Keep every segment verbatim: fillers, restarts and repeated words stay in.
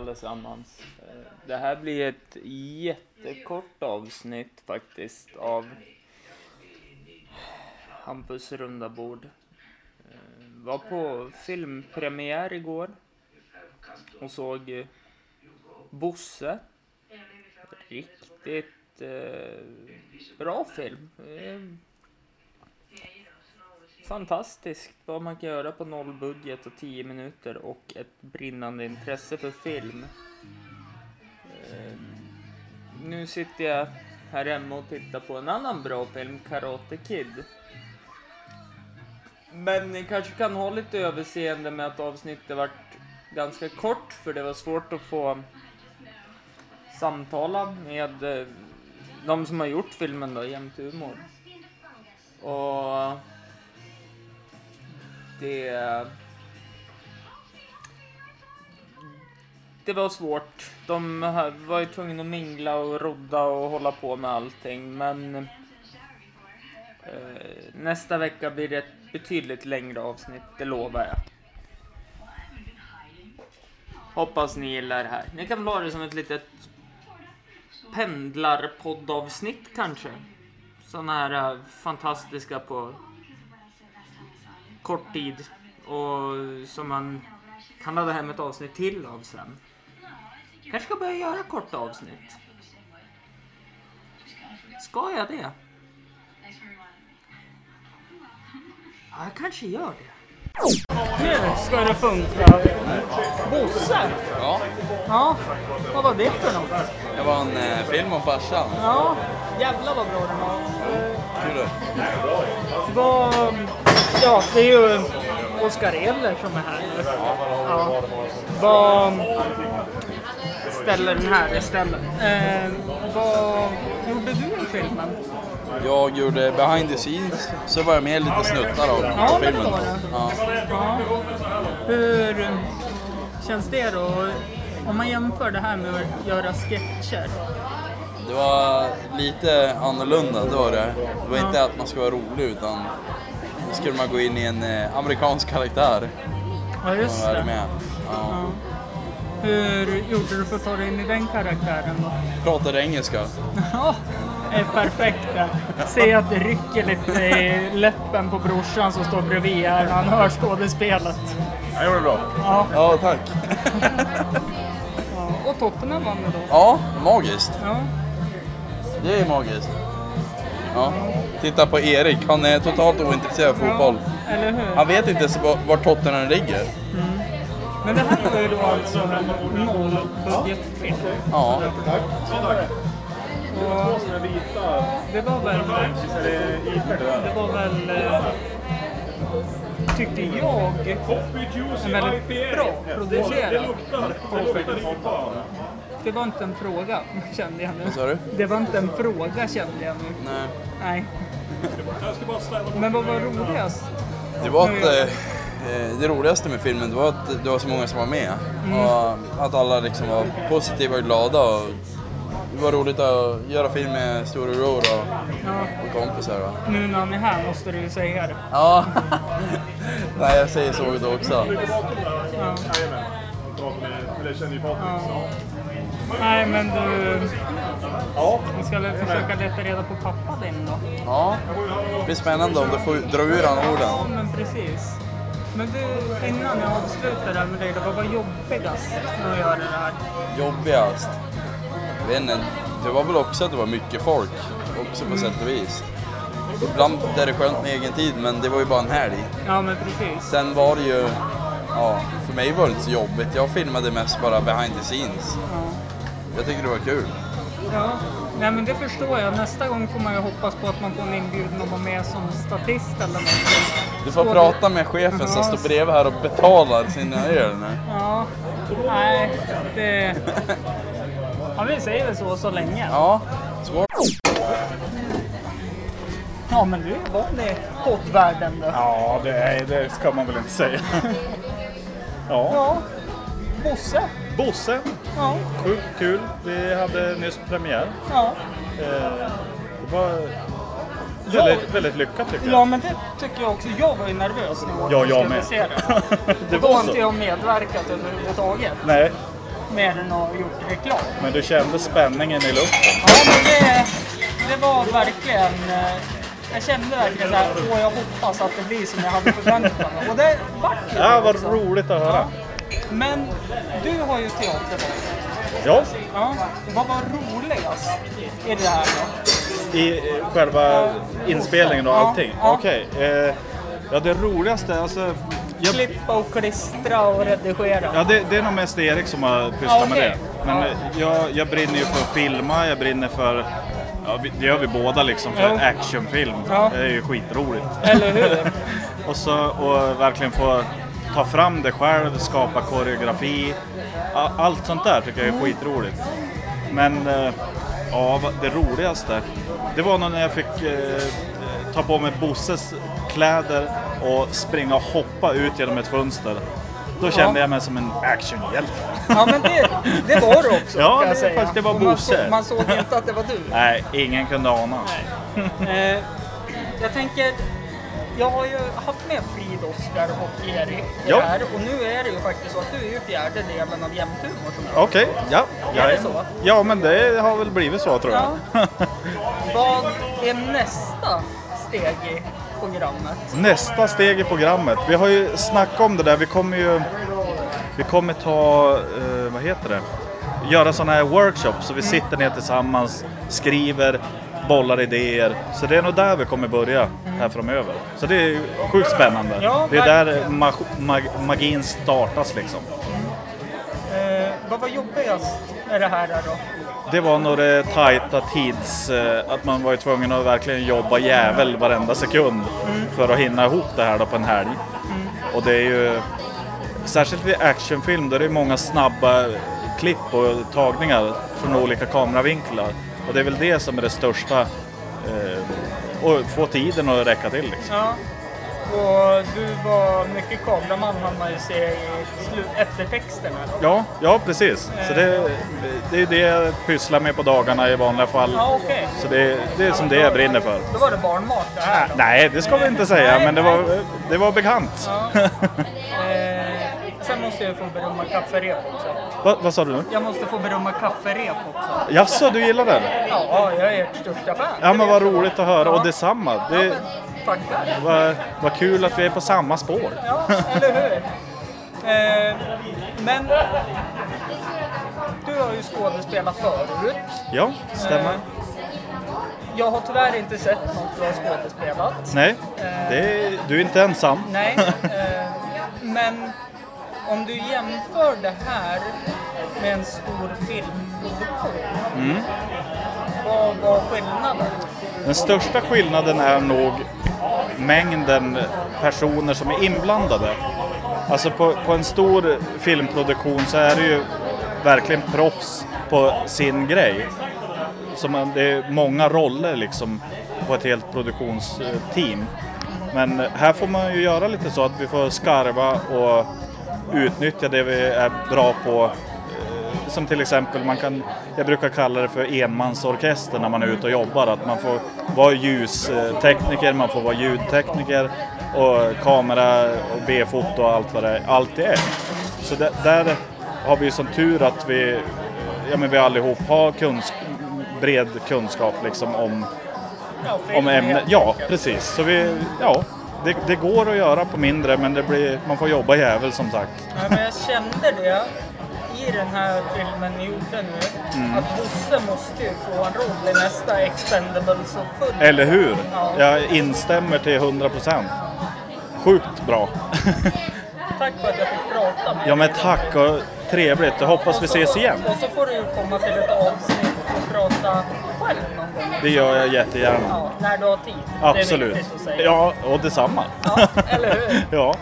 allesammans. Det här blir ett jättekort avsnitt faktiskt av Hampus runda bord. Var på filmpremiär igår och såg Bosse. Riktigt eh, bra film. Eh, fantastiskt vad man kan göra på noll budget och tio minuter och ett brinnande intresse för film. Eh, nu sitter jag här hemma och tittar på en annan bra film, Karate Kid. Men ni kanske kan ha lite överseende med att avsnittet varit ganska kort, för det var svårt att få samtala med de som har gjort filmen då, Jämt humor. Och det det var svårt. De var ju tvungna att mingla och rodda och hålla på med allting, men eh, nästa vecka blir det ett betydligt längre avsnitt, det lovar jag. Hoppas ni gillar det här. Ni kan väl ha det som ett litet pendlarpoddavsnitt kanske. Sådana här uh, fantastiska på kort tid. Och som man kan ladda hem ett avsnitt till av sen. Kanske ska börja göra korta avsnitt. Ska jag det? Ja, jag kanske gör det. Nu ska det funka. Bosse? Ja. Ja, vad var det för något? Det var en eh, film om farsan. Ja, jävlar vad bra den var. Hur det? Det var, ja, det är ju Oskar Eller som är här nu. Ja. Vad ställer den här istället? Eh, vad gjorde du i filmen? Jag gjorde behind the scenes, så var jag med lite snuttar av Ja, men filmen. det var det. Ja. Ja. Hur känns det då? Om man jämför det här med att göra sketcher. Det var lite annorlunda, det var det. Det var Ja. inte att man skulle vara rolig, utan då skulle man gå in i en eh, amerikansk karaktär. Ja, just Man var det. med. Ja. Ja. Hur gjorde du för att ta dig in i den karaktären då? Pratade engelska. Ja, det är perfekt. Se att det rycker lite i läppen på brorsan som står bredvid här när han hör skådespelet. Jag gjorde det bra. Ja. Ja, tack. Ja. Och Tottenham vann det då. Ja, magiskt. Ja. Det är magiskt. Ja. Titta på Erik, han är totalt ointresserad av fotboll. Ja, eller hur? Han vet inte var, var Tottenham ligger. Mm. Men det här var ju då alltså en nollbudgetfilm. Ja. Och det var väl, det var väl, tyckte jag, en väldigt bra producerad film. Det var inte en fråga, kände jag nu. Vad sa du? Det var inte en fråga, kände jag nu. Nej. Nej. Men vad var roligast? Det var att eh, det roligaste med filmen, det var att det var så många som var med. Mm. Och att alla liksom var positiva och glada. Och det var roligt att göra film med storebror och, Ja. och kompisar. Va? Nu när han är här måste du ju säga det. Ja. Nej, jag säger så då också. Ja. Ja. Nej, men du... Vi ska väl försöka leta reda på pappa din då. Ja, det blir spännande om du får dra ur han orden. Ja, men precis. Men du, innan jag avslutar där med dig, det var vad jobbigast när jag gör det här? Jobbigast? Jag vet inte, det var väl också att det var mycket folk, också på sätt och vis. Ibland är det skönt med egen tid, men det var ju bara en helg. Ja, men precis. Sen var det ju, ja, för mig var det inte så jobbigt. Jag filmade mest bara behind the scenes. Ja. Jag tycker det var kul. Ja, nej men det förstår jag. Nästa gång får man ju hoppas på att man får en inbjudan att vara med som statist eller någonting. Du får Skåd- prata med chefen som Ja. står bredvid här och betalar sina öl nu. Ja, nej, det... Ja, vi säger väl så så länge. Ja, svårt. Ja, men du är van i poddvärlden då. Ja, det, är, det ska man väl inte säga. Ja, Ja, Bosse. Bosse. Ja, Sjukt kul. Vi hade nyss premiär. ja. Eh, det var väldigt, väldigt lyckat tycker jag. Ja, men det tycker jag också. Jag var ju nervös när Ja, jag skulle med. se det. Det Och då var har så. inte jag medverkat överhuvudtaget. Nej, mer än att ha gjort reklam. Men du kände spänningen i luften? Ja, men det, det var verkligen... eh, Jag kände verkligen såhär, åh jag hoppas att det blir som jag hade förväntat mig. Och det vart ju Ja, det vad också. roligt att höra. Men du har ju teater. Ja, Ja. Vad var roligast i det här då? i själva inspelningen och Ja, allting. ja. Okej. Eh, ja, det roligaste, alltså... Jag, Klippa och klistra och redigera. ja, det, det är nog mest Erik som har pysslat Ja, med okej. det. Men Ja. eh, jag, jag brinner ju för att filma, jag brinner för... Ja, vi- det gör vi båda liksom, för Ja. actionfilm. Ja. Det är ju skitroligt. Eller hur? Och så och verkligen få ta fram det själv, skapa koreografi. A- Allt sånt där tycker jag är skitroligt. Men eh, ja, vad- det roligaste, det var nog när jag fick eh, ta på mig Bosses kläder och springa och hoppa ut genom ett fönster. Då kände jag mig som en actionhjälte. Ja men det, det var det också Ja, kan jag det- säga. fast det var Och man, Bosse. så, man såg inte att det var du. Nej, ingen kunde ana. Eh, jag tänker, jag har ju haft med Frid, Oskar och Erik i Ja. det här. Och nu är det ju faktiskt så att du är ju fjärde delen av Jämthumor som jag. Okej, ja. Är det jag så? Ja, men det har väl blivit så tror jag. Ja. Vad är nästa steg i programmet? Nästa steg i programmet. Vi har ju snackat om det där. Vi kommer ju vi kommer ta, eh, vad heter det? Göra sådana här workshops. Så vi sitter ner tillsammans, skriver, bollar idéer. Så det är nog där vi kommer börja här framöver. Så det är ju sjukt spännande. Ja, det är där verkligen. mag- mag- magin startas liksom. Eh, vad var jobbigast med det här då? Det var nog det tajta tids... eh, Att man var ju tvungen att verkligen jobba jävel varenda sekund för att hinna ihop det här då på en helg. Och det är ju... Särskilt vid actionfilm där det är många snabba klipp och tagningar från olika kameravinklar. Och det är väl det som är det största. Eh, och få tiden att räcka till liksom. Ja. Och du var mycket kameraman hann man ju se i slu- eftertexterna då. Ja, ja precis. Så det, det är det jag pysslar med på dagarna i vanliga fall. Ja, okej. Så det, det är som det jag brinner för. Då var det barnmat det här då. Nej, det ska vi inte säga, Nej, men det var, det var bekant. Ja. Eh, sen måste jag få berömma kafferep också. Va, vad sa du nu? Jag måste få berömma kafferep också. Jaså, du gillar den? Ja, jag är ert största fan. Ja, men vad roligt att höra. Ja. Och detsamma. Ja, Det men, tackar. var, var kul att vi är på samma spår. Ja, eller hur? Eh, men du har ju skådespelat förut. Ja, stämmer. Eh, jag har tyvärr inte sett något du har skådespelat. Nej, det är, du är inte ensam. Nej, eh, men om du jämför det här med en stor filmproduktion, Mm. vad var skillnaden? Den största skillnaden är nog mängden personer som är inblandade. Alltså på, på en stor filmproduktion så är det ju verkligen proffs på sin grej. Så man, det är många roller liksom på ett helt produktionsteam. Men här får man ju göra lite så att vi får skarva och utnyttja det vi är bra på. Som till exempel, man kan, jag brukar kalla det för enmansorkester när man är ute och jobbar. Att man får vara ljustekniker, man får vara ljudtekniker och kamera och B-foto och allt vad det alltid är. Så där, där har vi ju som tur att vi, ja, men vi allihop har kunsk, bred kunskap liksom om, Ja, film om ämnet. helt Ja, enkelt. precis. Så vi, ja, det, det går att göra på mindre, men det blir, man får jobba jävel som sagt. Ja, men jag kände det i den här filmen ni gjorde nu, Mm. att Bosse måste ju få en roll i nästa Expendables-uppföljning. Eller hur? Ja. Jag instämmer till hundra procent. Sjukt bra. Tack för att jag fick prata med Ja, men dig. tack och trevligt. Jag hoppas vi Och så- ses igen. Och så får du ju komma till ett avsnitt och prata själv någon gång. Det gör jag jättegärna. Ja, när du har tid. Det är Absolut. viktigt att säga. Ja, och detsamma. Ja, eller hur? Ja.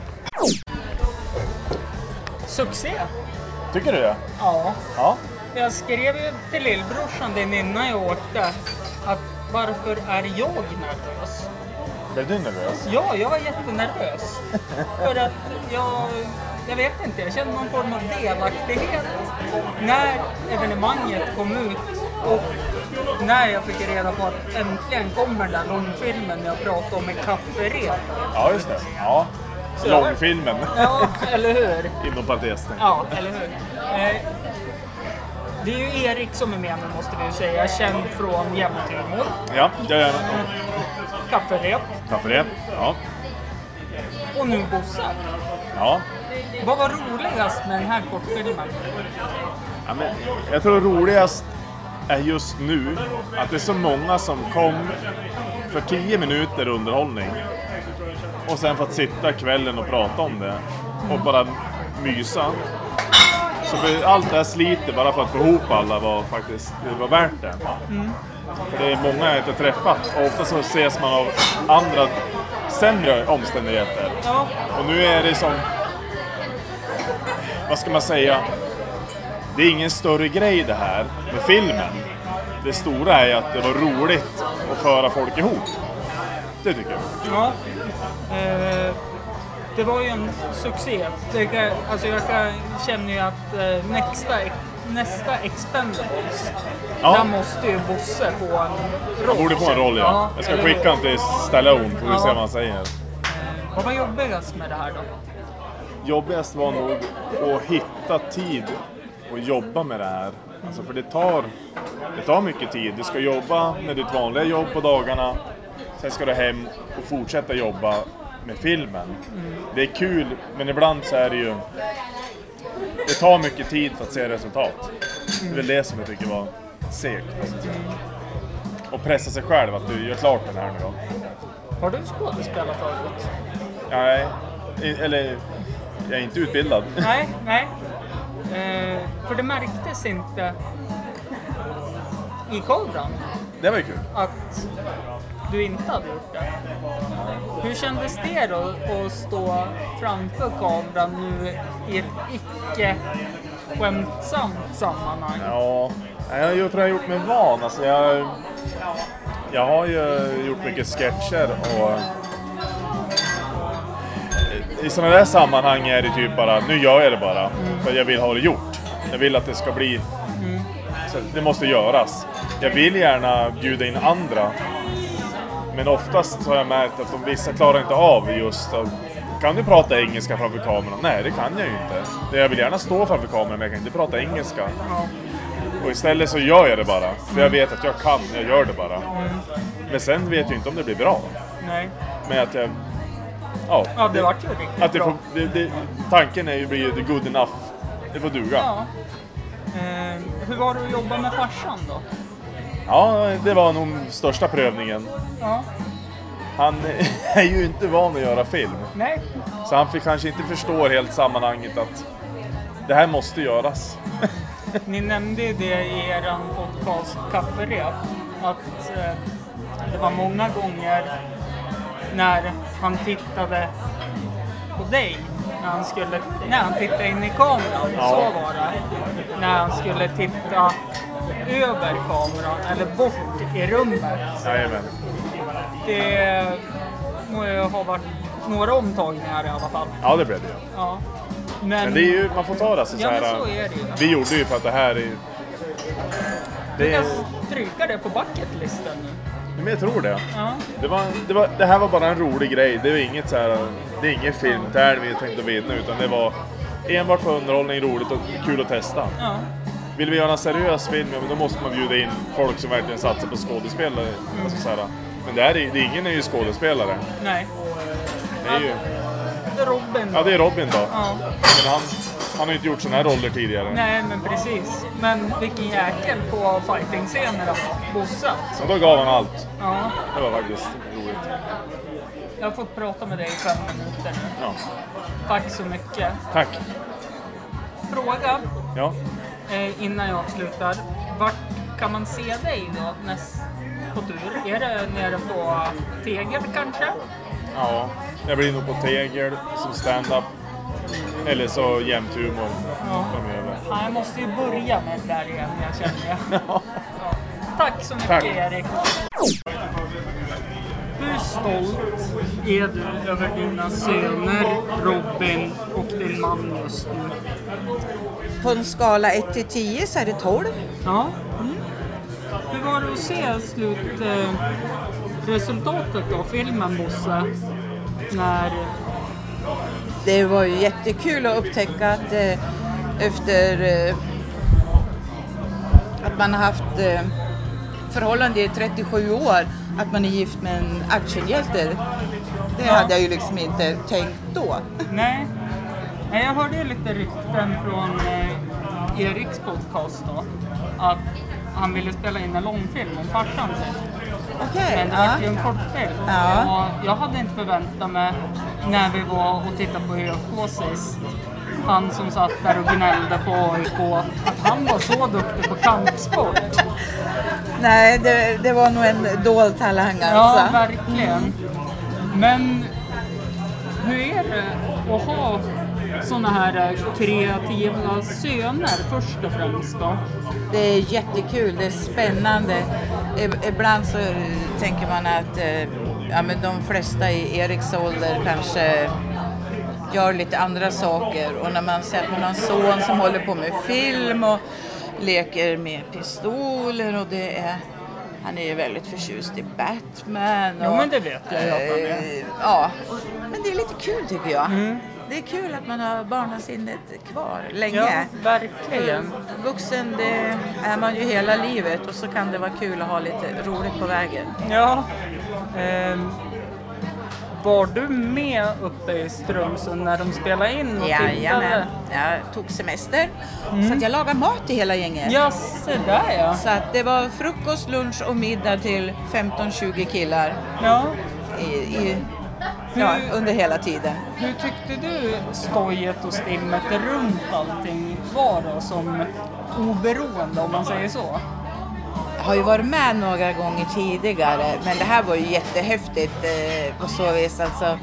Succé! Tycker du det? Ja. Ja. Jag skrev ju till lillbrorsan din innan jag åkte att varför är jag nervös? Blev du nervös? Ja, jag var jättenervös. För att jag, jag vet inte, jag kände någon form av delaktighet när evenemanget kom ut och när jag fick reda på att äntligen kommer den långfilmen jag pratade om med kafferep. Ja, just det. Ja. långfilmen. Ja, eller hur? Inom parentes. Ja, eller hur? Eh, det är ju Erik som är med nu, måste vi ju säga. Känd från Jämthumor. Ja, jag gör det. Kafferep. Kafferep, ja. Och nu Bosse. Ja. Vad var roligast med den här kortfilmen? Ja, men jag tror roligast är just nu att det är så många som kom för tio minuter underhållning och sen för att sitta kvällen och prata om det och bara mysa. Så för allt det här sliter bara för att få ihop alla var faktiskt det var värt det. Mm. För det är många jag inte träffat och ofta så ses man av andra sämre omständigheter. Ja. Och nu är det som, vad ska man säga, det är ingen större grej det här med filmen. Det stora är att det var roligt att föra folk ihop. Det tycker jag. Ja. Eh, det var ju en succé. Det kan, alltså jag kan, känner ju att eh, nästa, nästa Expendables, Ja. där måste ju Bosse få en roll. Borde få en roll, ja. Ja, Jag ska eller skicka hur? den till Stallone, får vi Ja. se vad han säger. Vad var jobbigast med det här då? Jobbigast var nog att hitta tid och jobba med det här. Alltså för det tar, det tar mycket tid. Du ska jobba med ditt vanliga jobb på dagarna. Sen ska du hem och fortsätta jobba med filmen. Mm. Det är kul, men ibland så är det ju... Det tar mycket tid för att se resultat. Det är väl det som jag tycker var segt. Och pressa sig själv att du gör klart den här nu då. Har du skådespelat förut? Nej, eller... Jag är inte utbildad. Nej, nej. Eh, för det märktes inte i kameran Det var ju kul. att du inte hade gjort det. Hur kändes det då att stå framför kameran nu i ett icke-skämtsamt sammanhang? Ja, jag, jag tror jag har gjort mig van. Alltså jag, jag har ju gjort mycket sketcher och i sådana där sammanhang är det typ bara, nu gör jag det bara mm. för jag vill ha det gjort. Jag vill att det ska bli, mm. så det måste göras. Jag vill gärna bjuda in andra, men oftast har jag märkt att de vissa klarar inte av just av, kan du prata engelska framför kameran? Nej, det kan jag ju inte. Jag vill gärna stå framför kameran, men jag kan inte prata engelska. Och istället så gör jag det bara, för jag vet att jag kan, jag gör det bara. Mm. Men sen vet jag inte om det blir bra. Nej. Men att jag... Ja, ja, det vart ju riktigt att det bra. Får, det, det, tanken är ju bli the good enough. Det får duga. Ja. Eh, hur var det att jobba med farsan då? Ja, det var nog största prövningen. Ja. Han är ju inte van att göra film. Nej. Så han fick kanske inte förstå helt sammanhanget att det här måste göras. Ni nämnde ju det i er podcast Kafferep, att eh, det var många gånger när han tittade på dig, när han skulle, när han tittade in i kameran, ja. Så var det. När han skulle titta över kameran eller bort i rummet. Jajamän. Det må ju ha varit några omtagningar i alla fall. Ja, det blev det. Ja. Men, men det är ju, man får ta det så, ja, så här. Så är det ju. Vi gjorde ju för att det här är... Det du kan stryka det på bucketlisten nu. Men jag tror det. Ja. Det, var, det, var, det här var bara en rolig grej. Det var inget så här, det är ingen filmtävling vi tänkte vinna, utan det var enbart för underhållning, roligt och kul att testa. Ja. Vill vi göra en seriös film, ja, men då måste man bjuda in folk som verkligen satsar på skådespelare. Mm. Alltså, så här. Men det här är, det är ingen är ju skådespelare. Nej. Det är ju... Det är Robin. Ja, det är Robin då. Ja. Men han, han har ju inte gjort såna här roller tidigare. Nej, men precis. Men vilken jäkel på fighting-scener då, Bosse. Så då gav han allt. Ja. Det var faktiskt roligt. Jag har fått prata med dig i fem minuter nu. Ja. Tack så mycket. Tack. Fråga, ja. eh, innan jag slutar. Vart kan man se dig då näst på tur? Är det nere på Tegel kanske? Ja, jag blir nog på Tegel som stand-up. Eller så Jämthumor ja. framöver. Ja, jag måste ju börja med det där igen, jag känner jag. ja. Ja. Tack så mycket. Tack. Erik. Hur stolt är du över dina söner, Robin och din man just nu? På en skala ett till tio så är det tolv. Ja. Mm. Hur var det att se slutresultatet eh, av filmen, Bosse? När det var ju jättekul att upptäcka att eh, efter eh, att man har haft eh, förhållande i trettiosju år, att man är gift med en actionhjälte. Det Ja. hade jag ju liksom inte tänkt då. Nej. Nej, jag hörde ju lite rykten från eh, Eriks podcast då. Att han ville spela in en långfilm om farsan sin. Okej, Men det ja. var ju en kortfilm. Ja. Och jag hade inte förväntat mig när vi var och tittade på Ö F K sist. Han som satt där och gnällde på A I K. Att han var så duktig på kampsport. Nej, det, det var nog en dold talang Ja, alltså. verkligen. Men hur är det att ha såna här kreativa söner först och främst då? Det är jättekul, det är spännande. I- Ibland så tänker man att eh, ja, men de flesta i Eriks ålder kanske gör lite andra saker. Och när man ser att man har en son som håller på med film och leker med pistoler och det är... Han är ju väldigt förtjust i Batman. Och, Jo, men det vet jag ju att han är. eh, Ja, men det är lite kul tycker jag. Mm. Det är kul att man har barnasinnet kvar länge. Ja, verkligen. Vuxen, det är man ju hela livet och så kan det vara kul att ha lite roligt på vägen. Ja. Ehm, var du med uppe i Strömsund när de spelade in och Jajamän, tittade? jag tog semester så att jag lagade mat till hela gänget. Ja, se där ja. Så att det var frukost, lunch och middag till femton tjugo killar ja. i, i, ja, under hela tiden. Hur tyckte du skojet och stimmet runt allting var då som oberoende om man säger så? Jag har ju varit med några gånger tidigare, men det här var ju jättehäftigt eh, på så vis. Alltså,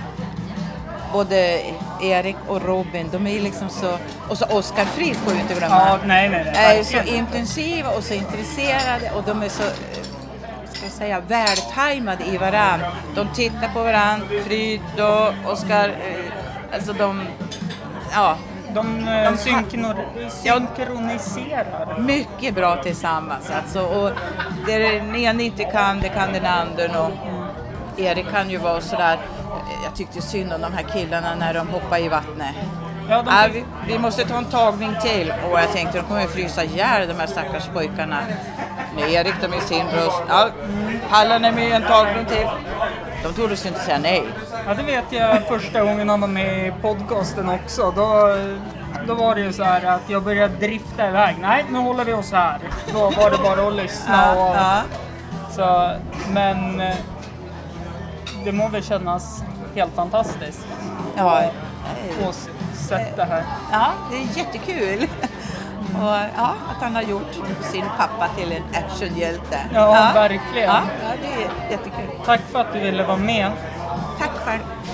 både Erik och Robin, de är ju liksom så... Och så Oskar Frid får ju inte glömma. Ja, nej, nej, nej. är så intensiva och så intresserade och de är så, eh, ska jag säga, vältajmade i varann. De tittar på varann, Frid och Oskar, eh, alltså de... Ja, De, eh, De- synkronor, Ja. synkroniserar. mycket bra tillsammans alltså, och det den ena inte kan, det kan den andra. Och Erik kan ju vara sådär, jag tyckte synd om de här killarna när de hoppar i vattnet. Ja, de Ja, fick- vi, vi måste ta en tagning till och jag tänkte de kommer ju frysa ihjäl de här stackars pojkarna. Nu Erik de i sin bröst, ja, pallar ni med en tagning till? De trodde sig inte säga nej. Ja, det vet jag första gången han var med i podcasten också. Då, då var det ju så här att jag började drifta iväg. Nej, nu håller vi oss här. Då var det bara att lyssna. Ja, Och, ja. Så, men eh, det må väl kännas helt fantastiskt Ja, att s- sett det här. ja, det är jättekul. Och ja, att han har gjort sin pappa till en actionhjälte. Ja, verkligen. Ja, ja, det är jättekul. Tack för att du ville vara med. Tack själv.